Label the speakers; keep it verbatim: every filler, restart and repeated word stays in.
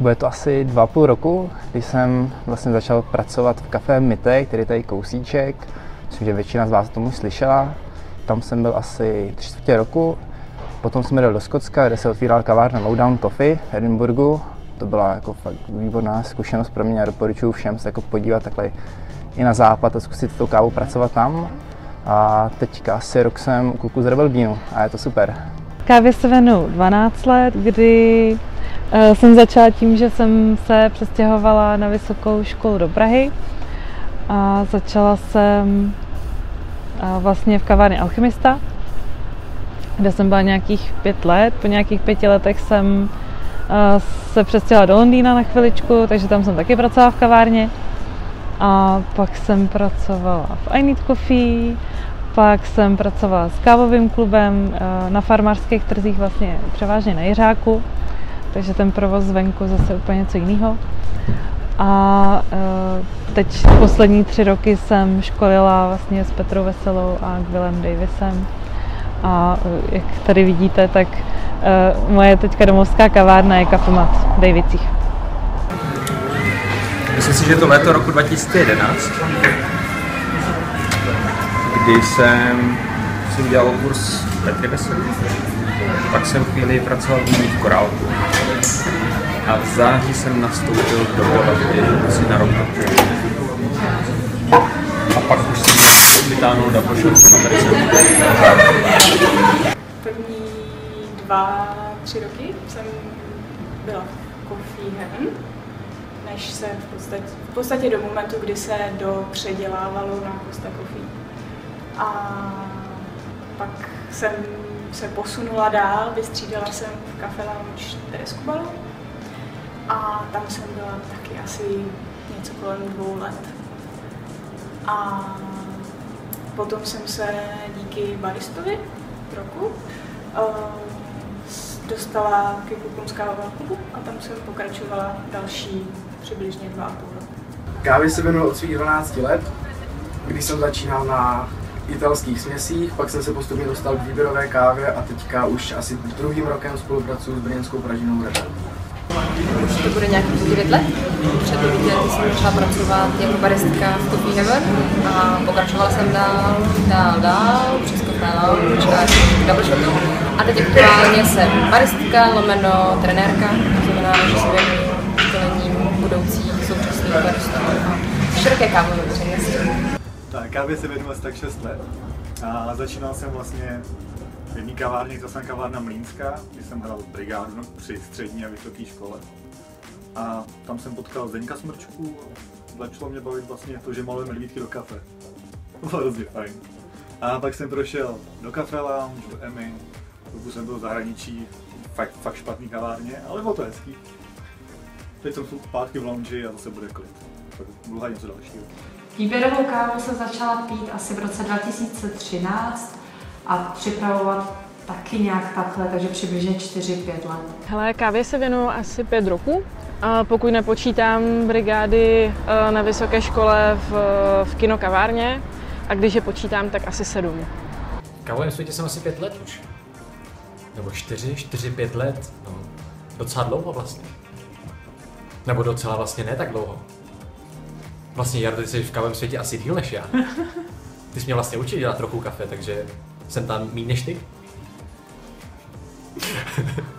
Speaker 1: Bude to asi dva a půl roku, kdy jsem vlastně začal pracovat v Café Mite, který je tady kousíček. Myslím, že většina z vás tomu slyšela. Tam jsem byl asi tři čtvrtě roku. Potom jsem jel do Skotska, kde se otvíral kavárna Lowdown Coffee v Edinburghu. To byla jako fakt výborná zkušenost pro mě a doporučuji všem se jako podívat takhle i na západ a zkusit tou kávu pracovat tam. A teďka asi rok jsem u kluků z Rebel Beanu a je to super.
Speaker 2: Kávě se věnuju dvanáct let, kdy uh, jsem začala tím, že jsem se přestěhovala na vysokou školu do Prahy a začala jsem uh, vlastně v kavárně Alchymista, kde jsem byla nějakých pět let. Po nějakých pěti letech jsem uh, se přestěhovala do Londýna na chviličku, takže tam jsem taky pracovala v kavárně. A pak jsem pracovala v I Need Coffee, pak jsem pracovala s kávovým klubem na farmářských trzích, vlastně převážně na Jiřáku, takže ten provoz zvenku zase úplně něco jiného. A teď poslední tři roky jsem školila vlastně s Petrou Veselou a Willem Davisem. A jak tady vidíte, tak moje teďka domovská kavárna je Kafemat v Dejvicích.
Speaker 3: Myslím si, že to léto roku dva tisíce jedenáct, kdy jsem si udělal kurz Petry Veselý, pak jsem chvíli pracoval v Korálku a v září jsem nastoupil do Bolavky asi na rok a půl. A pak už jsem vytáhnul do Pošovku a tady jsem
Speaker 4: První dva, tři roky jsem byla v Coffee Heaven, než se v podstatě, v podstatě do momentu, kdy se dopředělávalo na Costa Coffee. A pak jsem se posunula dál, vystřídala jsem v Café Lounge Tereskubalu a tam jsem byla taky asi něco kolem dvou let. A potom jsem se díky baristovi roku dostala ke klukům z kávového klubu a tam jsem pokračovala další přibližně dva a půl roku.
Speaker 5: Kávě se věnuju od svých dvanácti let, když jsem začínal na italských směsích, pak jsem se postupně dostal k výběrové kávě a teďka už asi druhým rokem spolupracuju s brněnskou pražinou Rebel.
Speaker 6: Už to bude nějakých devět let. Před devíti lety jsem začala pracovat jako baristka v Coffee Heaven a pokračovala jsem dál, dál, dál, přes Café Lounge a k Double Shotu. A teď aktuálně jsem baristka, lomeno trenérka, to znamená, že se věnuju školením budoucích současných baristů a široké kávové veřejnosti.
Speaker 7: Tak, kávě se věnuju asi tak šest let a začínal jsem vlastně v jedné kavárně, to jsem kavárna Mlýnská, kdy jsem hrál brigádu při střední a vysoké škole. A tam jsem potkal Zdeňka Smrčku a začalo mě bavit vlastně to, že malujeme medvídky do kafe. To bylo hrozně fajn. A pak jsem prošel do Café Lounge, do Emmy, pokud jsem byl v zahraničí, fakt, fakt špatný kavárně, ale bylo to hezký. Teď jsem zpátky v lounge a zase bude klid. Tak budu něco dalšího.
Speaker 8: Výběrovou kávu jsem začala pít asi v roce dva tisíce třináct a připravovat taky nějak takhle, takže přibližně čtyři pět let.
Speaker 2: Hele, kávě se věnuju asi pět roků, pokud nepočítám brigády na vysoké škole v, v kinokavárně a když je počítám, tak asi sedm.
Speaker 9: V kávovém světě jsem asi pět let už. Nebo čtyři, čtyři, pět let. No, docela dlouho vlastně. Nebo docela vlastně ne tak dlouho. Vlastně Jardo, ty jsi v kávovém světě asi díl než já. Ty jsi mě vlastně učil dělat trochu kafe, takže jsem tam méně než ty.